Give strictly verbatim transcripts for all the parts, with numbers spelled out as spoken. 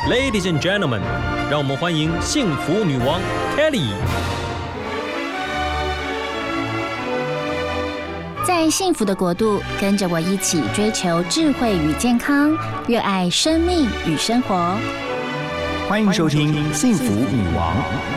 Ladies and gentlemen， 让我们欢迎幸福女王 Kelly。 在幸福的国度，跟着我一起追求智慧与健康，热爱生命与生活。 欢迎收听《幸福女王》。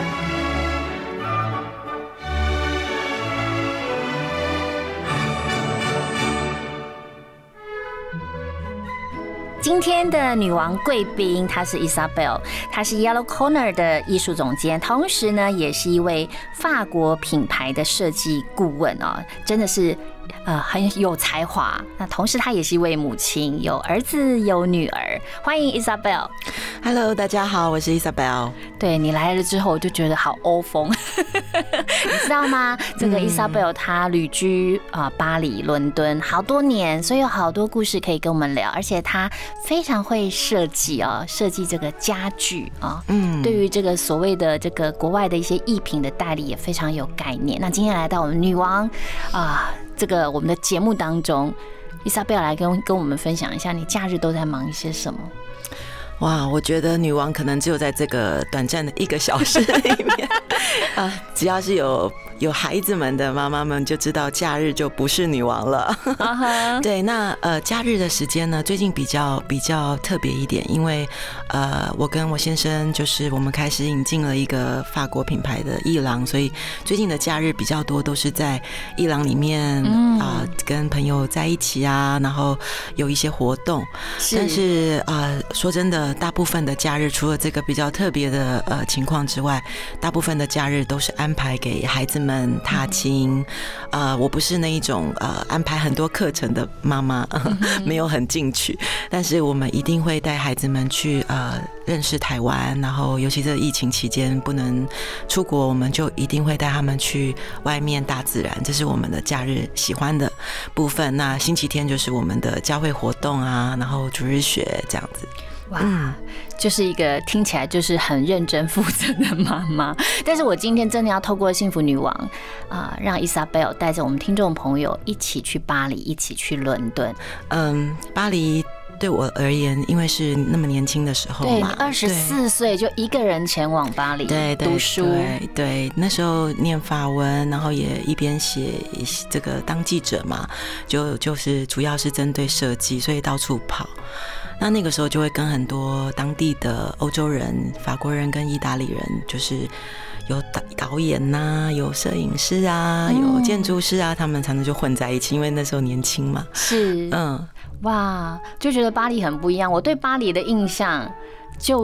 今天的女王贵宾，她是 Isabel， 她是 Yellow Corner 的艺术总监，同时呢，也是一位法国品牌的设计顾问哦，真的是。呃，很有才华。那同时，她也是一位母亲，有儿子有女儿。欢迎 Isabel。Hello， 大家好，我是 Isabel。 对你来了之后，我就觉得好欧风，你知道吗？这个 Isabel 她旅居啊、呃、巴黎、伦敦好多年，所以有好多故事可以跟我们聊。而且她非常会设计啊，设计这个家具啊，嗯，对于这个所谓的这个国外的一些艺品的代理也非常有概念。那今天来到我们女王啊。这个我们的节目当中 ，Isabel 来跟跟我们分享一下，你假日都在忙一些什么？ 哇，我觉得女王可能只有在这个短暂的一个小时里面啊，只要是有有孩子们的妈妈们就知道，假日就不是女王了。Uh-huh. 对，那呃，假日的时间呢，最近比较比较特别一点，因为呃，我跟我先生就是我们开始引进了一个法国品牌的艺廊，所以最近的假日比较多都是在艺廊里面啊、呃，跟朋友在一起啊，然后有一些活动。是但是啊、呃，说真的。大部分的假日，除了这个比较特别的呃情况之外，大部分的假日都是安排给孩子们踏青。呃，我不是那一种呃安排很多课程的妈妈，呃、没有很进取，但是我们一定会带孩子们去呃认识台湾，然后尤其这疫情期间不能出国，我们就一定会带他们去外面大自然，这是我们的假日喜欢的部分。那星期天就是我们的教会活动啊，然后主日学这样子。 哇，就是一个听起来就是很认真负责的妈妈。但是我今天真的要透过幸福女王啊、呃，让 Isabel 带着我们听众朋友一起去巴黎，一起去伦敦。嗯， 巴黎对我而言，因为是那么年轻的时候嘛， 对，二十四岁就一个人前往巴黎读书， 对 对, 对，那时候念法文，然后也一边写这个当记者嘛，就就是主要是针对设计，所以到处跑。那那个时候就会跟很多当地的欧洲人、法国人跟意大利人，就是有导演呐、啊，有摄影师啊，有建筑师啊，他们常常就混在一起，因为那时候年轻嘛。 是，嗯，哇，就觉得巴黎很不一样。我对巴黎的印象就是，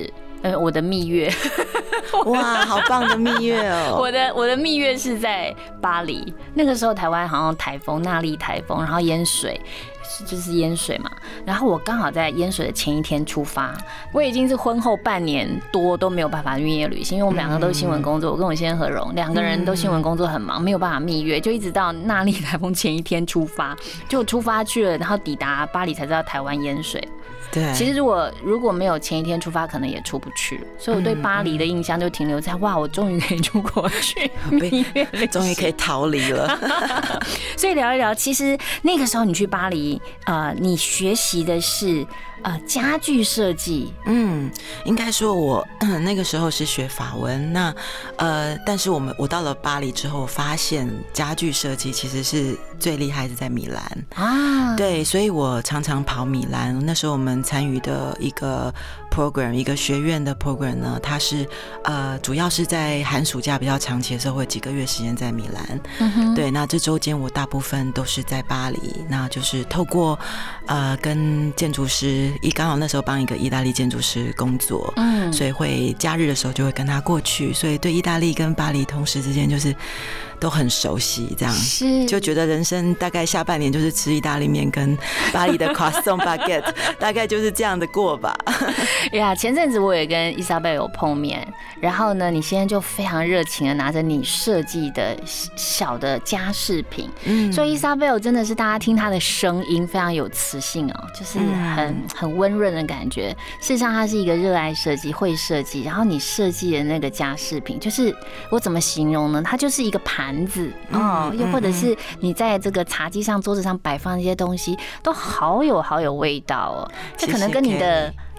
呃，我的蜜月。 哇，好棒的蜜月哦！ 我的我的蜜月是在巴黎，那个时候台湾好像台风纳莉台风，然后淹水。就是淹水嘛，然后我刚好在淹水的前一天出发，我已经是婚后半年多都没有办法蜜月旅行，因为我们两个都是新闻工作，我跟我先生何荣两个人都新闻工作很忙，没有办法蜜月，就一直到纳莉台风前一天出发，就出发去了，然后抵达巴黎才知道台湾淹水。 对， 其实如果如果没有前一天出发，可能也出不去，所以我对巴黎的印象就停留在哇，我终于可以出国去蜜月旅行， 终于可以逃离了。 所以聊一聊，其实那个时候你去巴黎，呃，你学习的是呃家具设计。 嗯，应该说我那个时候是学法文，那呃，但是我们我到了巴黎之后，发现家具设计其实是最厉害是在米兰啊。对，所以我常常跑米兰。那时候我们参与的一个 program， 一个学院的 program 呢，它是呃主要是在寒暑假比较长期的时候，会几个月时间在米兰。嗯、对，那这周间我大部分都是在巴黎，那就是透过呃跟建筑师，一刚好那时候帮一个意大利建筑师工作，嗯，所以会假日的时候就会跟他过去，所以对意大利跟巴黎同时之间就是都很熟悉，这样是就觉得人生大概下半年就是吃意大利面跟巴黎的 croissant baguette， 大概就是这样的过吧。 呀，前阵子我也跟 Isabel 有碰面，然后呢，你现在就非常热情的拿着你设计的小的家饰品，嗯，所以 Isabel 真的是大家听她的声音非常有磁性哦，就是很很温润的感觉。事实上，她是一个热爱设计、会设计，然后你设计的那个家饰品，就是我怎么形容呢？它就是一个盘子哦，又或者是你在这个茶几上、桌子上摆放这些东西，都好有好有味道哦。这可能跟你的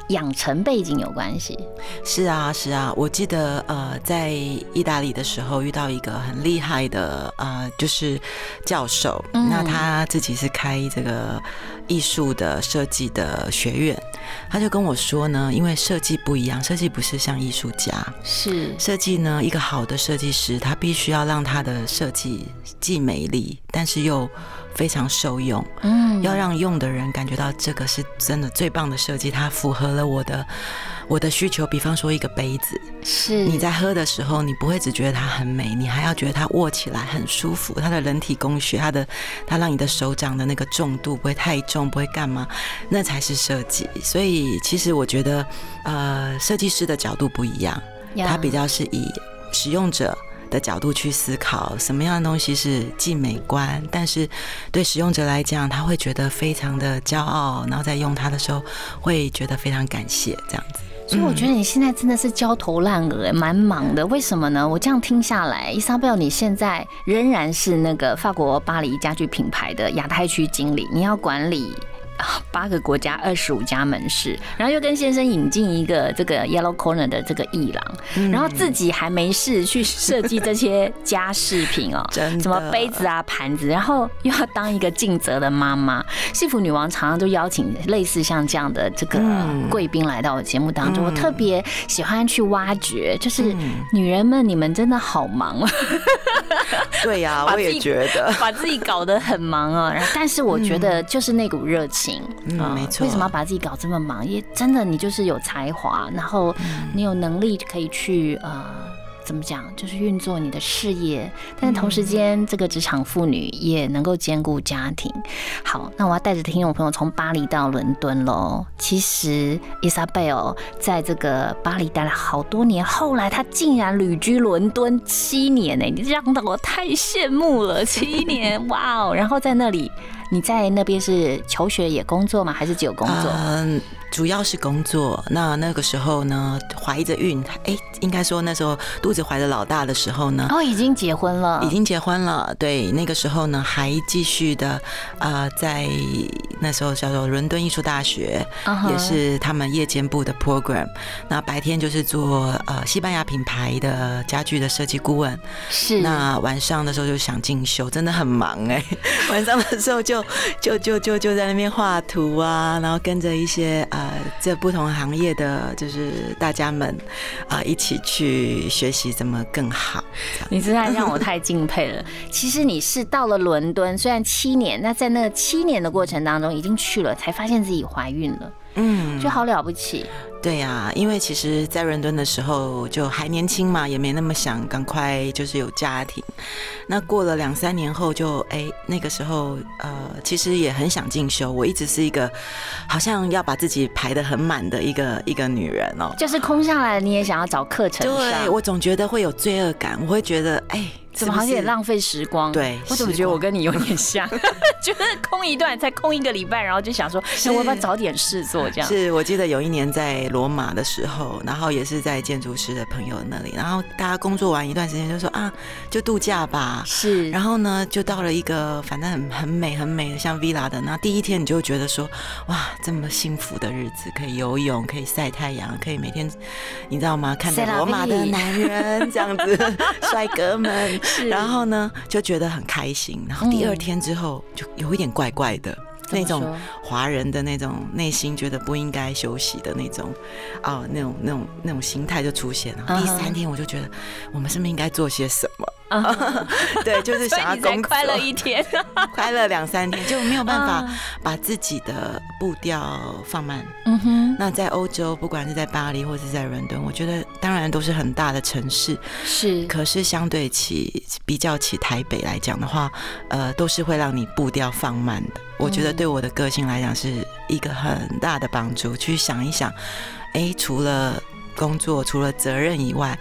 养成背景有关系。 是啊，是啊，我记得呃，在意大利的时候遇到一个很厉害的呃，就是教授，嗯、那他自己是开这个艺术的设计的学院，他就跟我说呢，因为设计不一样，设计不是像艺术家， 是设计呢，一个好的设计师，他必须要让他的设计既美丽，但是又非常受用，嗯，要让用的人感觉到这个是真的最棒的设计，它符合了我的我的需求。比方说一个杯子， 是你在喝的时候，你不会只觉得它很美，你还要觉得它握起来很舒服，它的人体工学，它的它让你的手掌的那个重度不会太重，不会干嘛，那才是设计。所以其实我觉得，呃，设计师的角度不一样，他比较是以使用者的角度去思考什么样的东西是既美观，但是对使用者来讲，他会觉得非常的骄傲，然后在用它的时候会觉得非常感谢，这样子。 所以我觉得你现在真的是焦头烂额，蛮忙的。为什么呢？我这样听下来，伊莎贝尔，你现在仍然是那个法国巴黎家具品牌的亚太区经理，你要管理八个国家二十五家门市，然后又跟先生引进一个这个 Yellow Corner 的这个艺廊，嗯、然后自己还没事去设计这些家饰品哦，什么杯子啊、盘子，然后又要当一个尽责的妈妈。幸福女王常常就邀请类似像这样的这个贵宾来到我节目当中，嗯、我特别喜欢去挖掘，就是女人们，你们真的好忙啊！ 对呀、啊，我也觉得把自己搞得很忙啊，但是我觉得就是那股热情。 嗯，没错。 为什么要把自己搞这么忙？也真的，你就是有才华，然后你有能力可以去呃，怎么讲，就是运作你的事业，但是同时间，这个职场妇女也能够兼顾家庭。好，那我要带着听众朋友从巴黎到伦敦喽。其实伊莎贝尔在这个巴黎待了好多年，后来她竟然旅居伦敦七年呢、欸，你让到我太羡慕了，七年，哇哦！然后在那里。你在那边是求学也工作吗？还是只有工作？ 嗯，主要是工作。那那个时候呢，怀着孕，哎、欸，应该说那时候肚子怀着老大的时候呢， 哦，已经结婚了， 已经结婚了。对，那个时候呢，还继续的，呃，在那时候叫做伦敦艺术大学， uh-huh. 也是他们夜间部的 program。那白天就是做呃西班牙品牌的家具的设计顾问， 是。 那晚上的时候就想进修，真的很忙哎、欸。晚上的时候就就就就就在那边画图啊，然后跟着一些呃这不同行业的就是大家们啊、呃、一起去学习怎么更好。 你真的让我太敬佩了。其实你是到了伦敦，虽然七年，那在那七年的过程当中，已经去了，才发现自己怀孕了。嗯，就好了不起。 对呀、啊，因为其实，在伦敦的时候就还年轻嘛，也没那么想赶快就是有家庭。那过了两三年后就，就哎那个时候呃，其实也很想进修。我一直是一个好像要把自己排得很满的一个一个女人哦， 就是空下来你也想要找课程上。 对，我总觉得会有罪恶感，我会觉得哎。 怎么好像有点浪费时光？ 对， 我怎么觉得我跟你有点像？觉得空一段才空一个礼拜，然后就想说，那我要不要找点事做？这样是我记得有一年在罗马的时候，然后也是在建筑师的朋友那里，然后大家工作完一段时间就说啊，就度假吧。 是， 然后呢，就到了一个反正很很美很美的像 villa 的，那第一天你就觉得说，哇，这么幸福的日子，可以游泳，可以晒太阳，可以每天你知道吗？看着罗马的男人这样子，帅哥们。然后呢，就觉得很开心。然后第二天之后，就有一点怪怪的。那种华人的那种内心觉得不应该休息的那种哦，那种那种那种心态就出现了。第三天我就觉得我们是不是应该做些什么？对，就是想要工作， 快乐一天， 快乐两三天就没有办法把自己的步调放慢。 嗯哼， 那在欧洲，不管是在巴黎或是在伦敦，我觉得当然都是很大的城市， 是， 可是相对起比较起台北来讲的话，呃，都是会让你步调放慢的。我觉得对我的个性来讲是一个很大的帮助。去想一想，哎，除了工作除了责任以外，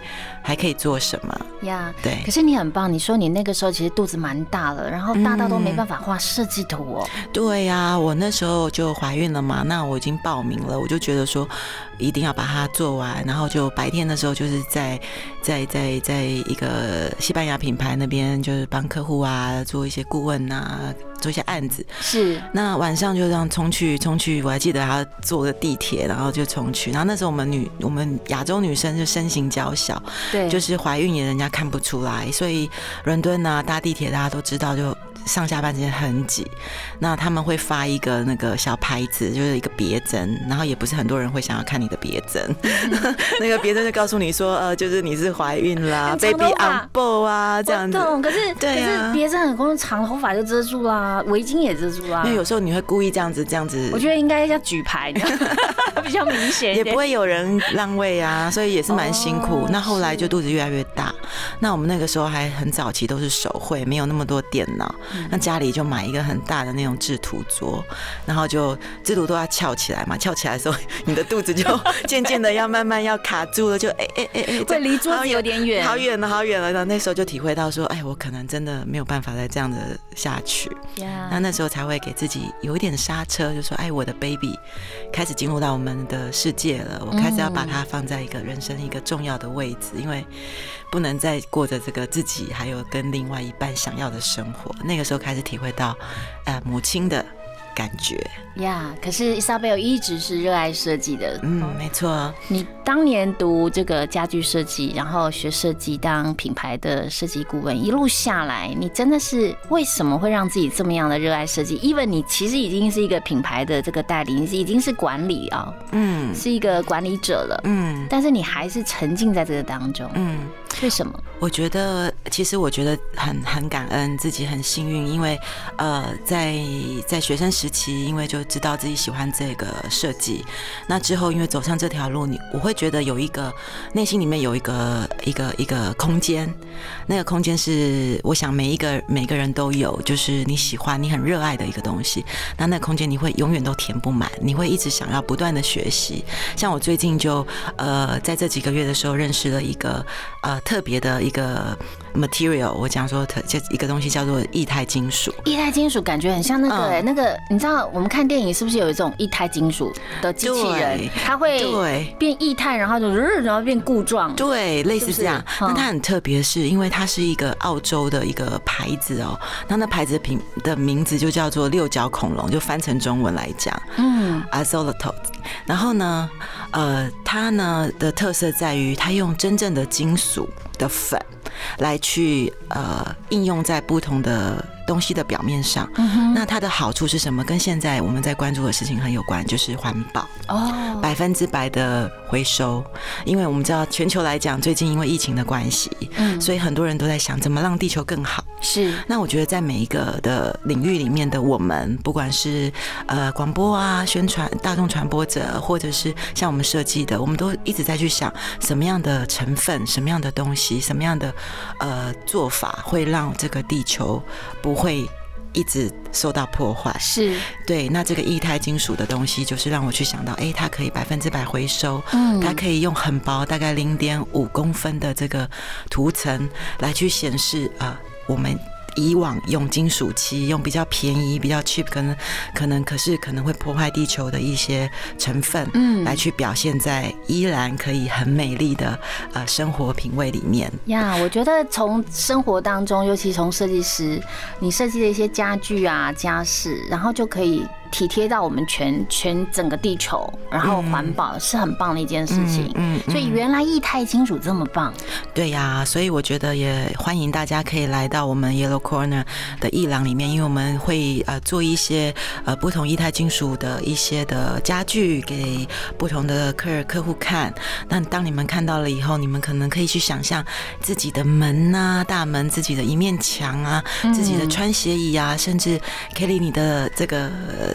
还可以做什么呀。 对， 可是你很棒，你说你那个时候其实肚子蛮大了，然后大到都没办法画设计图哦。 嗯、对呀、啊，我那时候就怀孕了嘛，那我已经报名了，我就觉得说一定要把它做完，然后就白天的时候就是在在在在一个西班牙品牌那边，就是帮客户啊做一些顾问啊，做一些案子。 是， 那晚上就这样冲去冲去，我还记得还要坐个地铁，然后就冲去。然后那时候我们女我们亚洲女生就身形娇小， 对， 就是怀孕也人家看不出来，所以伦敦啊搭地铁大家都知道就。上下班时间很挤，那他们会发一个那个小牌子，就是一个别针，然后也不是很多人会想要看你的别针，嗯、那个别针就告诉你说，呃，就是你是怀孕啦 ，baby on board 啊，这样子。 懂，可是对、啊、 可是别针很公长头发就遮住啦，围巾也遮住啦。 因为有时候你会故意这样子，这样子。 我觉得应该要举牌的，比较明显一点， 也不会有人让位啊，所以也是蛮辛苦。哦、那后来就肚子越来越大，那我们那个时候还很早期都是手绘，没有那么多电脑。那家里就买一个很大的那种制图桌，然后就制图都要翘起来嘛，翘起来的时候，你的肚子就渐渐的要慢慢要卡住了，就哎哎哎哎， 会离桌子有点远， 好远了，好远了。那时候就体会到说，哎，我可能真的没有办法再这样的下去。Yeah. 那那时候才会给自己有一点刹车，就说，哎，我的 baby 开始进入到我们的世界了，我开始要把它放在一个人生一个重要的位置，因为不能再过着这个自己还有跟另外一半想要的生活。那个时候开始体会到，呃，母亲的感觉呀。Yeah, 可是伊莎贝尔一直是热爱设计的， 嗯，没错。 你当年读这个家具设计，然后学设计，当品牌的设计顾问，一路下来，你真的是为什么会让自己这么样的热爱设计 ？even 你其实已经是一个品牌的这个代理，你已经是管理啊，嗯，是一个管理者了，嗯，但是你还是沉浸在这个当中，嗯，为什么？ 我觉得，其实我觉得很很感恩，自己很幸运，因为呃，在在学生时期，因为就知道自己喜欢这个设计，那之后因为走上这条路，你我会觉得有一个内心里面有一个一个一个空间，那个空间是我想每一个每个人都有，就是你喜欢你很热爱的一个东西，那那个空间你会永远都填不满，你会一直想要不断的学习。像我最近就呃在这几个月的时候认识了一个呃特别的一个 material， 我讲说这一个东西叫做液态金属。 液态金属感觉很像那个、欸嗯、那个，你知道我们看电影是不是有一种液态金属的机器人，它会变液态，然后就然后变固状， 对，类似这样。是是那它很特别，是因为它是一个澳洲的一个牌子哦，那那牌子的的名字就叫做六角恐龙，就翻成中文来讲，嗯 ，Axolotl。然后呢，呃，它呢的特色在于它用真正的金属的粉来去呃应用在不同的东西的表面上，嗯、那它的好处是什么？跟现在我们在关注的事情很有关，就是环保哦，百分之百的回收。因为我们知道全球来讲，最近因为疫情的关系，嗯，所以很多人都在想怎么让地球更好。 是， 那我觉得在每一个的领域里面的我们，不管是呃广播啊、宣传、大众传播者，或者是像我们设计的，我们都一直在去想什么样的成分、什么样的东西、什么样的呃做法会让这个地球不会一直受到破坏。 是， 对。那这个液态金属的东西，就是让我去想到，哎、欸，它可以百分之百回收，嗯，它可以用很薄，大概零点五公分的这个涂层来去显示啊、呃，我们以往用金属漆，用比较便宜、比较 cheap， 可能可能可是可能会破坏地球的一些成分，嗯，来去表现在依然可以很美丽的呃生活品味里面。 呀， yeah, 我觉得从生活当中，尤其从设计师，你设计的一些家具啊、家饰，然后就可以体贴到我们全全整个地球，然后环保、嗯、是很棒的一件事情。嗯，嗯嗯所以原来液态金属这么棒。 对呀、啊，所以我觉得也欢迎大家可以来到我们 Yellow Corner 的艺廊里面，因为我们会呃做一些呃不同液态金属的一些的家具给不同的客客户看。那当你们看到了以后，你们可能可以去想象自己的门啊、大门、自己的一面墙啊、自己的穿鞋椅啊，甚至 Kelly 你的这个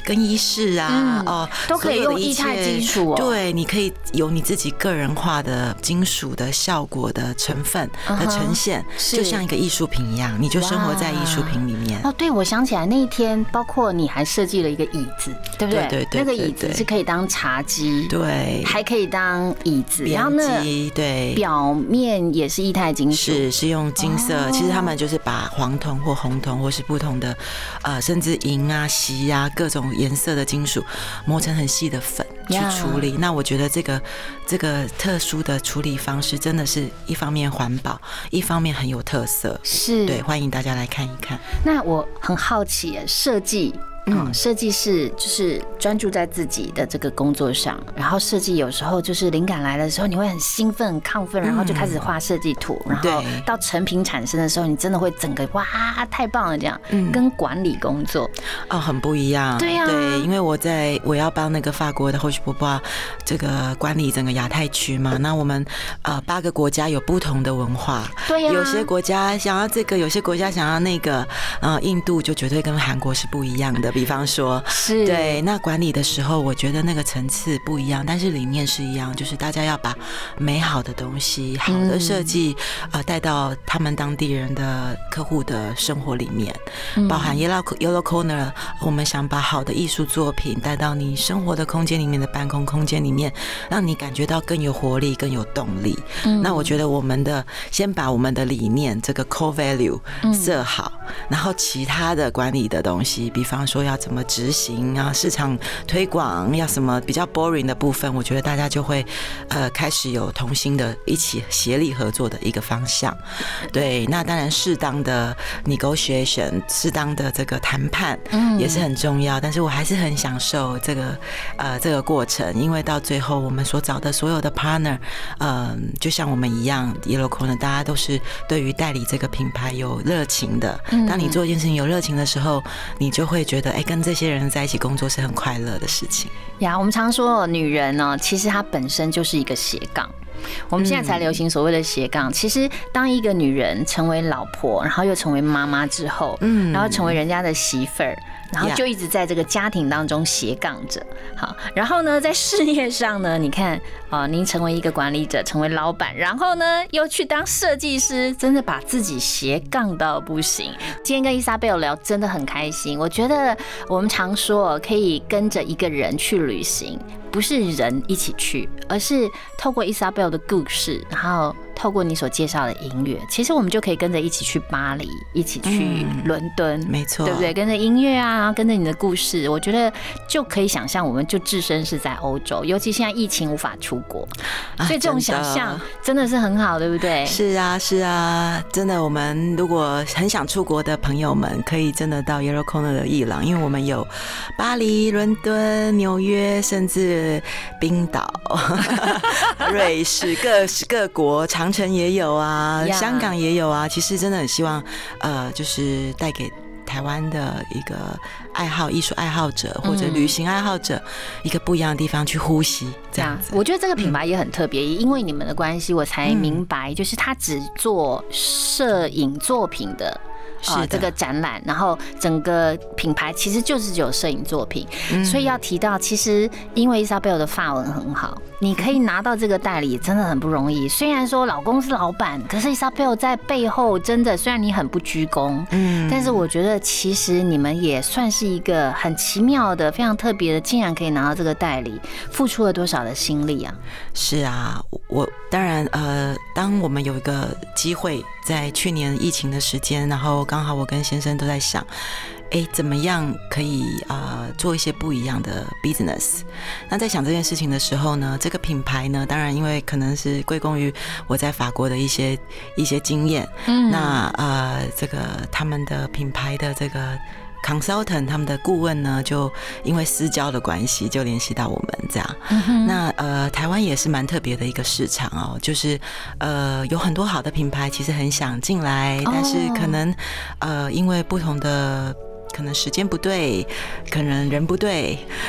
更衣室啊，嗯、哦， 都可以用液态金属哦。 对，你可以有你自己个人化的金属的效果的成分的呈现， uh-huh, 就像一个艺术品一样，你就生活在艺术品里面。 哦，对，我想起来那一天，包括你还设计了一个椅子，对不对？ 对对对， 那个椅子是可以当茶几， 对， 还可以当椅子，然后呢， 对， 表面也是液态金属， 是是用金色。哦、其实他们就是把黄铜或红铜或是不同的呃，甚至银啊、锡啊各种颜色的金属磨成很细的粉去处理。Yeah. 那我觉得这个这个特殊的处理方式，真的是一方面环保，一方面很有特色。 是， 对，欢迎大家来看一看。 那我很好奇，设计。嗯，设计师就是专注在自己的这个工作上，然后设计有时候就是灵感来的时候，你会很兴奋、很亢奋，然后就开始画设计图，然后到成品产生的时候，你真的会整个哇，太棒了这样。跟管理工作哦很不一样。 对呀、啊， 对，因为我在我要帮那个法国的后续波波这个管理整个亚太区嘛，那我们呃八个国家有不同的文化， 对呀、啊， 有些国家想要这个，有些国家想要那个，呃，印度就绝对跟韩国是不一样的。比方说， 是对，那管理的时候，我觉得那个层次不一样，但是理念是一样，就是大家要把美好的东西、好的设计，呃，带到他们当地人的客户的生活里面，包含 Yellow Yellow Corner， 我们想把好的艺术作品带到你生活的空间里面的办公空间里面，让你感觉到更有活力、更有动力。那我觉得我们的先把我们的理念这个 core value 设好，然后其他的管理的东西，比方说要怎么执行啊，市场推广要什么比较 boring 的部分，我觉得大家就会呃开始有同心的一起协力合作的一个方向。对，那当然适当的 negotiation， 适当的这个谈判也是很重要，但是我还是很享受这个呃这个过程，因为到最后我们所找的所有的 partner， 呃，就像我们一样 ，Yellow Corner 大家都是对于代理这个品牌有热情的。当你做一件事情有热情的时候，你就会觉得，哎、欸，跟这些人在一起工作是很快乐的事情呀。我们常说，女人呢，其实她本身就是一个斜杠。我们现在才流行所谓的斜杠，其实当一个女人成为老婆，然后又成为妈妈之后，嗯，然后成为人家的媳妇儿，然后就一直在这个家庭当中斜杠着。好，然后呢，在事业上呢，你看啊，您成为一个管理者，成为老板，然后呢，又去当设计师，真的把自己斜杠到不行。今天跟伊莎贝尔聊真的很开心，我觉得我们常说可以跟着一个人去旅行。不是人一起去，而是透过伊莎贝尔的故事，然后透过你所介绍的音乐，其实我们就可以跟着一起去巴黎，一起去伦敦， 嗯、没错， 对不对？跟着音乐啊，跟着你的故事，我觉得就可以想象，我们就置身是在欧洲，尤其现在疫情无法出国，所以这种想象真的是很好，对不对？ 是啊，是啊，真的，我们如果很想出国的朋友们，可以真的到 Yellow Corner 的艺廊，因为我们有巴黎、伦敦、纽约，甚至冰岛、瑞士各各国，长城也有啊，香港也有啊。其实真的很希望，呃，就是带给台湾的一个爱好、艺术爱好者或者旅行爱好者一个不一样的地方去呼吸，这样子。 我觉得这个品牌也很特别，因为你们的关系，我才明白，就是他只做摄影作品的。啊，这个展览，然后整个品牌其实就是只有摄影作品，嗯、所以要提到，其实因为伊莎贝尔的法文很好，你可以拿到这个代理真的很不容易。虽然说老公是老板，可是伊莎贝尔在背后真的，虽然你很不居功，嗯，但是我觉得其实你们也算是一个很奇妙的、非常特别的，竟然可以拿到这个代理，付出了多少的心力啊？ 是啊，我当然呃，当我们有一个机会。在去年疫情的时间，然后刚好我跟先生都在想，哎，怎么样可以呃做一些不一样的 business？ 那在想这件事情的时候呢，这个品牌呢，当然因为可能是归功于我在法国的一些一些经验，嗯，那呃这个他们的品牌的这个。consultant 他们的顾问呢，就因为私交的关系，就联系到我们这样。嗯、那呃，台湾也是蛮特别的一个市场哦，就是呃有很多好的品牌，其实很想进来，但是可能呃因为不同的。可能时间不对，可能人不对，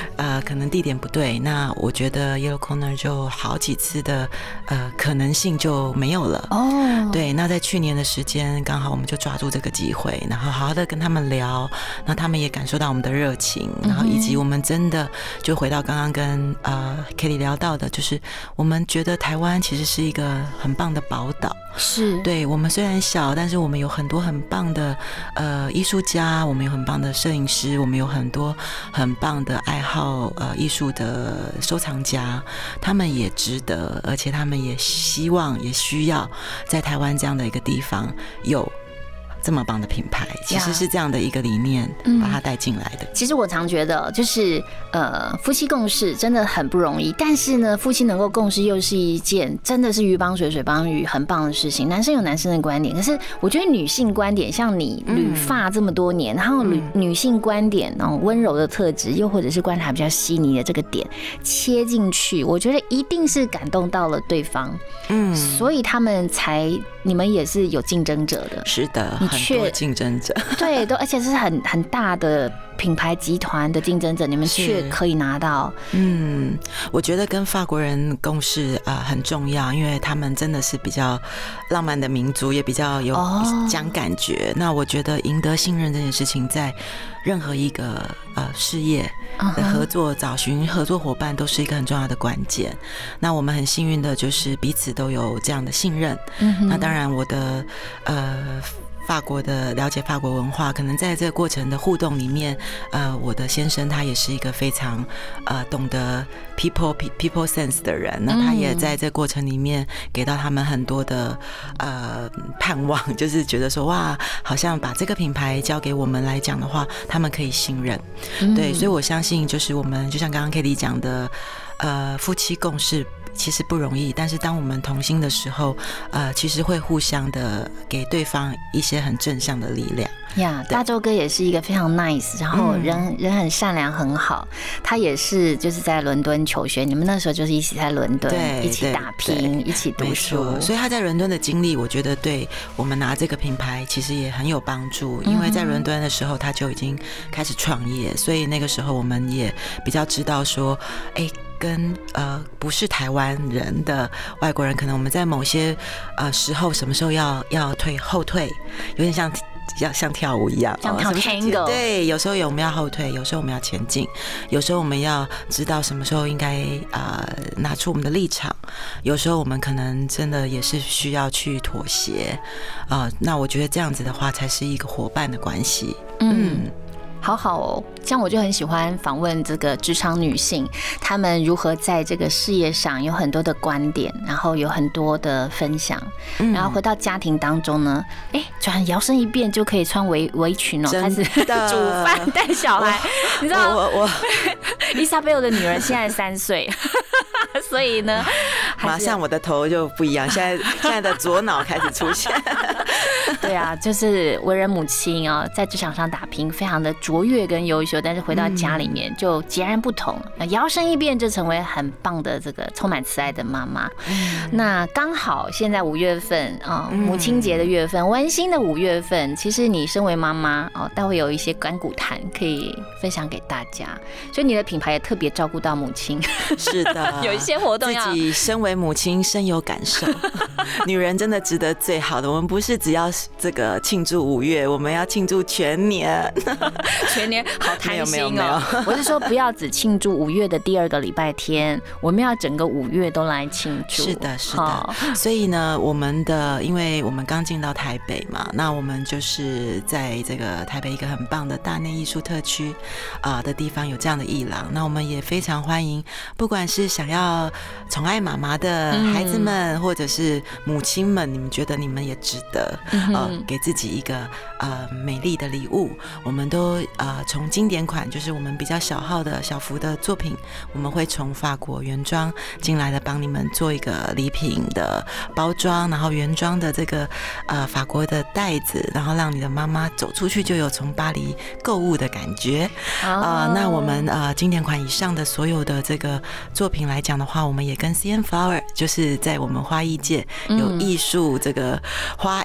呃，可能地点不对，那我觉得 Yellow Corner 就好几次的呃可能性就没有了。哦，对，那在去年的时间，刚好我们就抓住这个机会，然后好好的跟他们聊，那他们也感受到我们的热情，然后以及我们真的就回到刚刚跟呃 Kelly 聊到的，就是我们觉得台湾其实是一个很棒的宝岛。 是， 对，我们虽然小，但是我们有很多很棒的呃艺术家，我们有很棒的摄影师，我们有很多很棒的爱好呃艺术的收藏家，他们也值得，而且他们也希望也需要在台湾这样的一个地方有这么棒的品牌，其实是这样的一个理念把它带进来的。 嗯、其实我常觉得，就是呃，夫妻共事真的很不容易，但是呢，夫妻能够共事又是一件真的是鱼帮水，水帮鱼，很棒的事情。男生有男生的观点，可是我觉得女性观点，像你旅发这么多年，然后女女性观点那种温柔的特质，又或者是观察比较细腻的这个点切进去，我觉得一定是感动到了对方。嗯，所以他们才，你们也是有竞争者的。 是的。很多竞争者，对， 都而且是很很大的品牌集团的竞争者，你们却可以拿到。 嗯，我觉得跟法国人共事啊、呃、很重要，因为他们真的是比较浪漫的民族，也比较有讲感觉。哦、那我觉得赢得信任这件事情，在任何一个呃事业的合作、找寻合作伙伴，都是一个很重要的关键。那我们很幸运的就是彼此都有这样的信任。嗯、那当然，我的呃。法国的了解法国文化，可能在这个过程的互动里面，呃，我的先生他也是一个非常呃懂得 people people sense 的人，那他也在这个过程里面给到他们很多的呃盼望，就是觉得说哇，好像把这个品牌交给我们来讲的话，他们可以信任，对，所以我相信就是我们就像刚刚 Kelly 讲的，呃，夫妻共事。其实不容易，但是当我们同心的时候，呃，其实会互相的给对方一些很正向的力量。 呀、yeah, ，大周哥也是一个非常 nice， 然后人、嗯、人很善良很好。他也是就是在伦敦求学，你们那时候就是一起在伦敦一起打拼，一起读书。 所以他在伦敦的经历，我觉得对我们拿这个品牌其实也很有帮助。因为在伦敦的时候，他就已经开始创业，所以那个时候我们也比较知道说，哎。跟呃不是台湾人的外国人，可能我们在某些呃时候，什么时候要要退后退，有点像要像跳舞一样， 像跳 tango。 对，有时候我们要后退，有时候我们要前进，有时候我们要知道什么时候应该呃拿出我们的立场，有时候我们可能真的也是需要去妥协啊、呃。那我觉得这样子的话，才是一个伙伴的关系。嗯。嗯好好哦，像我就很喜欢访问这个职场女性，她们如何在这个事业上有很多的观点，然后有很多的分享，嗯、然后回到家庭当中呢，哎，转摇身一变就可以穿围围裙哦，开始煮饭带小孩，你知道我我伊莎贝尔的女儿现在三岁。所以呢， 马上我的头就不一样，现在现在的左脑开始出现。 对啊，就是为人母亲啊、哦，在职场上打拼，非常的卓越跟优秀，但是回到家里面就截然不同，摇身一变就成为很棒的这个充满慈爱的妈妈。嗯、那刚好现在五月份啊、哦，母亲节的月份，温馨的五月份，其实你身为妈妈哦，待会有一些甘苦谈可以分享给大家，所以你的品牌也特别照顾到母亲。 是的， 有一些活动要自己身为母亲深有感受。女人真的值得最好的，我们不是只要这个庆祝五月，我们要庆祝全年。 全年好贪心哦！我是说，不要只庆祝五月的第二个礼拜天，我们要整个五月都来庆祝。 是的，是的。所以呢，我们的因为我们刚进到台北嘛，那我们就是在这个台北一个很棒的大内艺术特区啊的地方有这样的艺廊，那我们也非常欢迎，不管是想要宠爱妈妈的孩子们，嗯、或者是母亲们，你们觉得你们也值得，嗯、呃，给自己一个呃美丽的礼物，我们都呃从经典款，就是我们比较小号的小幅的作品，我们会从法国原装进来的，帮你们做一个礼品的包装，然后原装的这个呃法国的袋子，然后让你的妈妈走出去就有从巴黎购物的感觉。啊、呃，那我们呃经典款以上的所有的这个作品来讲的话，我们也跟 C N Flower 就是在我们花艺界有艺术这个花艺大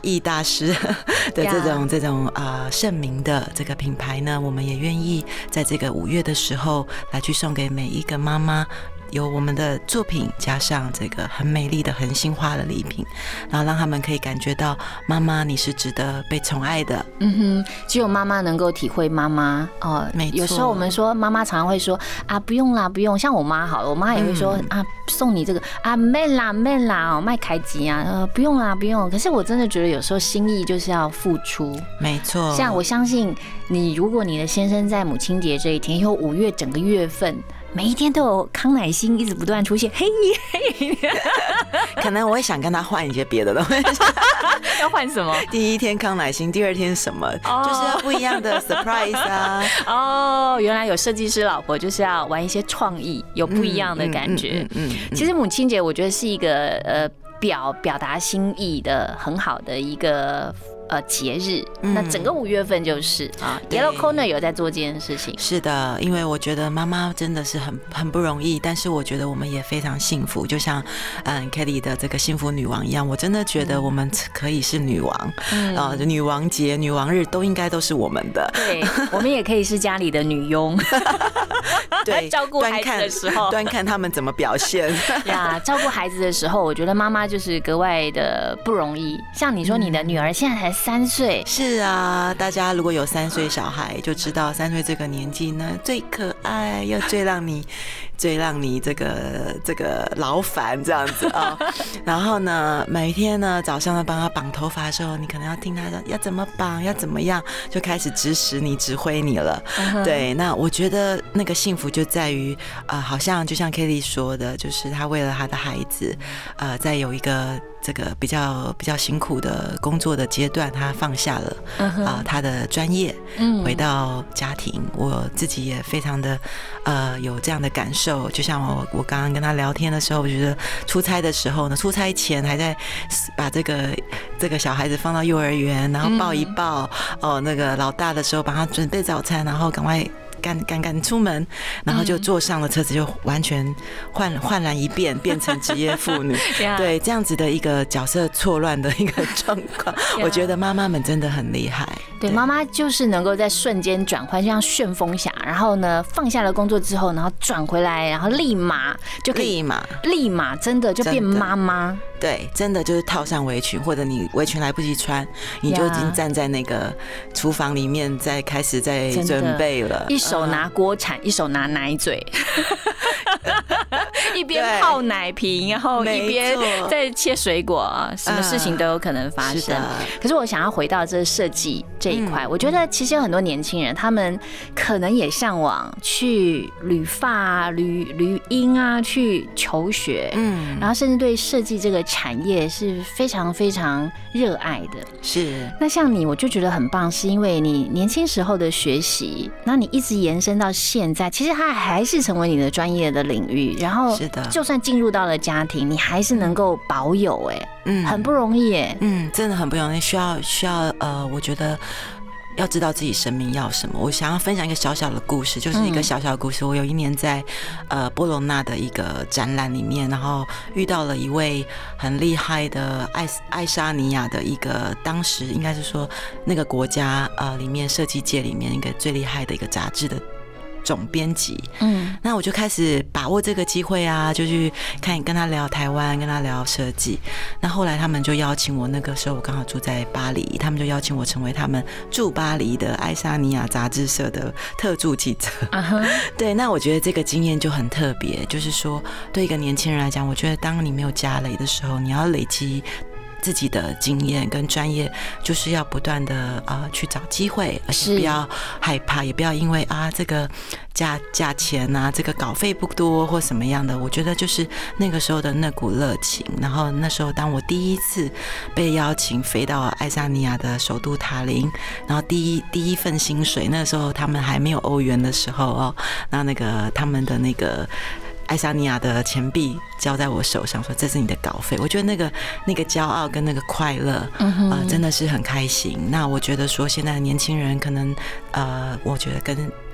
师的这种这种呃盛名的这个品牌呢，我们也愿意在这个五月的时候来去送给每一个妈妈。有我们的作品加上这个很美丽的恒星花的礼品，然后让他们可以感觉到妈妈你是值得被宠爱的。 嗯哼，只有妈妈能够体会妈妈哦。 没错， 有时候我们说妈妈常常会说啊不用啦不用，像我妈好了，我妈也会说、嗯、啊送你这个啊没啦没啦哦卖开机啊呃不用啦不用。可是我真的觉得有时候心意就是要付出。没错，像我相信你，如果你的先生在母亲节这一天，有五月整个月份。每一天都有康乃馨一直不断出现，嘿嘿， 可能我会想跟他换一些别的东西。 要换什么？ 第一天康乃馨，第二天什么？哦、就是要不一样的 surprise 啊！ 哦，原来有设计师老婆就是要玩一些创意，有不一样的感觉。嗯嗯嗯嗯、其实母亲节我觉得是一个呃表表达心意的很好的一个。呃，节日，那整个五月份就是啊 ，Yellow Corner 有在做这件事情。 是的，因为我觉得妈妈真的是很很不容易，但是我觉得我们也非常幸福，就像嗯 Kelly 的这个幸福女王一样，我真的觉得我们可以是女王，嗯、啊，女王节、女王日都应该都是我们的。 对，我们也可以是家里的女佣。对，照顾孩子的时候， 端看他们怎么表现。 呀，照顾孩子的时候，我觉得妈妈就是格外的不容易。像你说，你的女儿现在才三岁。 是啊，大家如果有三岁小孩，就知道三岁这个年纪呢最可爱，又最让你最让你这个这个劳烦这样子啊、哦。然后呢，每天呢早上呢帮他绑头发的时候，你可能要听他说要怎么绑，要怎么样，就开始指使你、指挥你了。Uh-huh. 对，那我觉得那个幸福就在于，呃，好像就像 Kelly 说的，就是他为了他的孩子，呃，在有一个这个比较比较辛苦的工作的阶段，他放下了啊、uh-huh. 呃、他的专业，回到家庭。我自己也非常的呃有这样的感受，就像我我刚刚跟他聊天的时候，我觉得出差的时候呢，出差前还在把这个这个小孩子放到幼儿园，然后抱一抱，哦、呃，那个老大的时候帮他准备早餐，然后赶快。赶赶赶出门，然后就坐上了车子，就完全焕焕然一变，变成职业妇女。对，这样子的一个角色错乱的一个状况，我觉得妈妈们真的很厉害。 对，妈妈就是能够在瞬间转换，就像旋风侠，然后呢放下了工作之后，然后转回来，然后立马就可以立马立马真的就变妈妈。 对，真的就是套上围裙，或者你围裙来不及穿，你就已经站在那个厨房里面，在开始在准备了。 一手拿锅铲，一手拿奶嘴，一边泡奶瓶，然后一边在切水果，什么事情都有可能发生。可是我想要回到这设计这一块，我觉得其实有很多年轻人，他们可能也向往去理发啊、旅旅英啊，去求学，嗯，然后甚至对设计这个产业是非常非常热爱的。 是， 那像你，我就觉得很棒，是因为你年轻时候的学习，那你一直延伸到现在，其实它还是成为你的专业的领域。然后，是的，就算进入到了家庭，你还是能够保有，哎，嗯，很不容易，哎， 嗯，真的很不容易，需要需要呃，我觉得。要知道自己生命要什么。我想要分享一个小小的故事，就是一个小小的故事。我有一年在呃波隆纳的一个展览里面，然后遇到了一位很厉害的爱爱沙尼亚的一个，当时应该是说那个国家呃里面设计界里面一个最厉害的一个杂志的总编辑，嗯，那我就开始把握这个机会啊，就去看跟他聊台湾，跟他聊设计。那后来他们就邀请我，那个时候我刚好住在巴黎，他们就邀请我成为他们驻巴黎的爱沙尼亚杂志社的特助记者。Uh-huh. 对，那我觉得这个经验就很特别，就是说对一个年轻人来讲，我觉得当你没有家累的时候，你要累积自己的经验跟专业，就是要不断的呃去找机会，而且不要害怕，也不要因为啊这个价价钱啊，这个稿费不多或什么样的。我觉得就是那个时候的那股热情。然后那时候当我第一次被邀请飞到爱沙尼亚的首都塔林，然后第一第一份薪水，那时候他们还没有欧元的时候哦，那那个他们的那个。爱沙尼亚的钱币交在我手上，说这是你的稿费。我觉得那个那个骄傲跟那个快乐，嗯呃，真的是很开心。那我觉得说现在的年轻人可能，呃，我觉得跟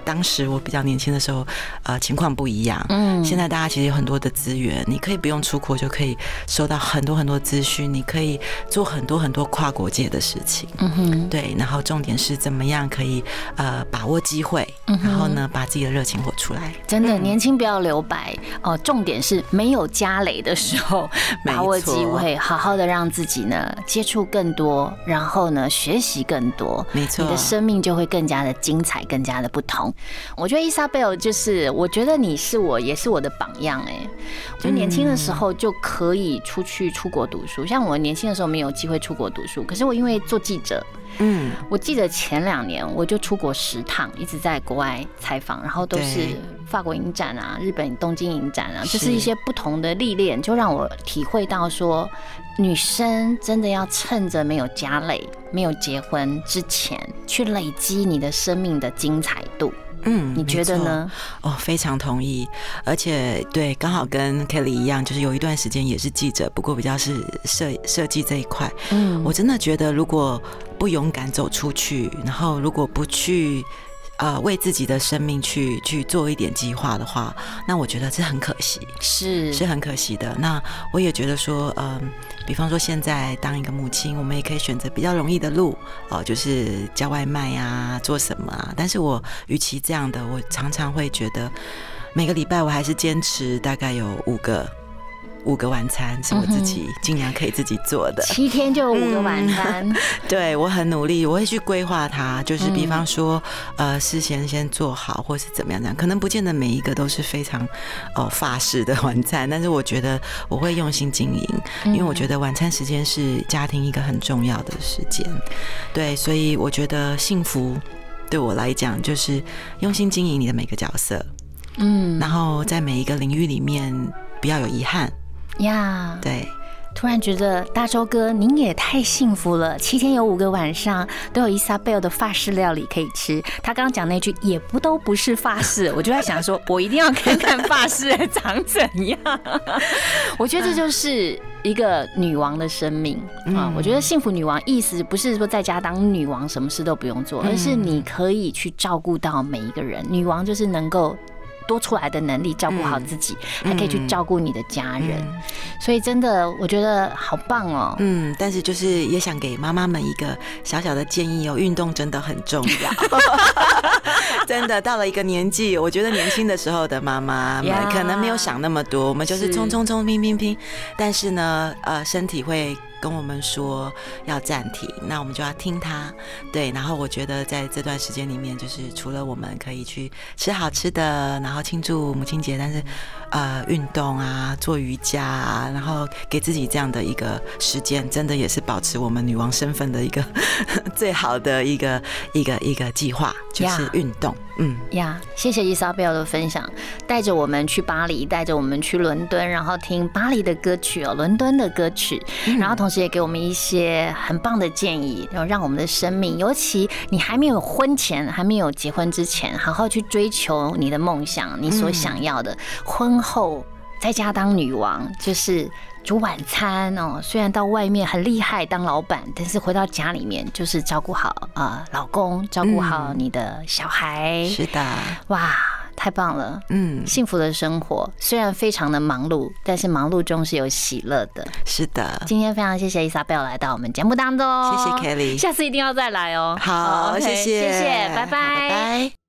当时我比较年轻的时候，呃，情况不一样。嗯，现在大家其实有很多的资源，你可以不用出国就可以收到很多很多资讯，你可以做很多很多跨国界的事情。嗯哼，对。然后重点是怎么样可以呃把握机会，然后呢把自己的热情活出来。 真的，年轻不要留白哦。重点是没有家累的时候，把握机会，好好的让自己呢接触更多，然后呢学习更多。没错，你的生命就会更加的精彩，更加的不同。我觉得伊莎贝尔就是，我觉得你是我也是我的榜样哎、欸。就年轻的时候就可以出去出国读书，像我年轻的时候没有机会出国读书，可是我因为做记者。嗯，我记得前两年我就出国十趟，一直在国外采访，然后都是法国影展啊、日本东京影展啊，就是一些不同的历练，就让我体会到说，女生真的要趁着没有家累、没有结婚之前，去累积你的生命的精彩度。嗯，你觉得呢？ 哦，非常同意，而且对，刚好跟 Kelly 一样，就是有一段时间也是记者，不过比较是设设计这一块。嗯，我真的觉得，如果不勇敢走出去，然后如果不去呃为自己的生命去去做一点计划的话，那我觉得这很可惜， 是是很可惜的。那我也觉得说，嗯、呃，比方说现在当一个母亲，我们也可以选择比较容易的路哦、呃，就是叫外卖啊，做什么啊。但是我与其这样的，我常常会觉得每个礼拜我还是坚持大概有五个。五个晚餐是我自己尽量可以自己做的， 七天就有五个晚餐。嗯、 对我很努力，我会去规划它，就是比方说，嗯、呃，事先先做好，或是怎么样这样，可能不见得每一个都是非常哦法式的晚餐，但是我觉得我会用心经营，因为我觉得晚餐时间是家庭一个很重要的时间。对，所以我觉得幸福对我来讲就是用心经营你的每个角色，嗯，然后在每一个领域里面不要有遗憾。 呀， yeah, 对， 突然觉得大周哥您也太幸福了，七天有五个晚上都有伊莎贝尔的法式料理可以吃。他刚刚讲那句也不都不是法式，我就在想说，我一定要看看法式长怎样。我觉得这就是一个女王的生命啊！我觉得幸福女王意思不是说在家当女王什么事都不用做，而是你可以去照顾到每一个人。女王就是能够多出来的能力照顾好自己，嗯、还可以去照顾你的家人，嗯、所以真的我觉得好棒哦。 嗯，但是就是也想给妈妈们一个小小的建议哦，运动真的很重要。真的到了一个年纪，我觉得年轻的时候的妈妈们可能没有想那么多，我们就是冲冲冲、拼拼拼，但是呢，呃，身体会跟我们说要暂停，那我们就要听他。对，然后我觉得在这段时间里面，就是除了我们可以去吃好吃的，然后庆祝母亲节，但是呃，运动啊，做瑜伽啊，然后给自己这样的一个时间，真的也是保持我们女王身份的一个最好的一个一个一个计划，就是运动。Yeah. 嗯呀， yeah, 谢谢伊莎贝尔的分享，带着我们去巴黎，带着我们去伦敦，然后听巴黎的歌曲哦，伦敦的歌曲，然后同时也给我们一些很棒的建议，然后让我们的生命，尤其你还没有婚前，还没有结婚之前，好好去追求你的梦想，你所想要的。婚后在家当女王，就是煮晚餐哦，虽然到外面很厉害当老板，但是回到家里面就是照顾好呃老公，照顾好你的小孩。 嗯、是的， 哇，太棒了！嗯，幸福的生活虽然非常的忙碌，但是忙碌中是有喜乐的。 是的， 今天非常谢谢伊莎贝尔来到我们节目当中， 谢谢 Kelly， 下次一定要再来哦。 好， okay, 谢谢， 谢谢，拜拜， 拜拜。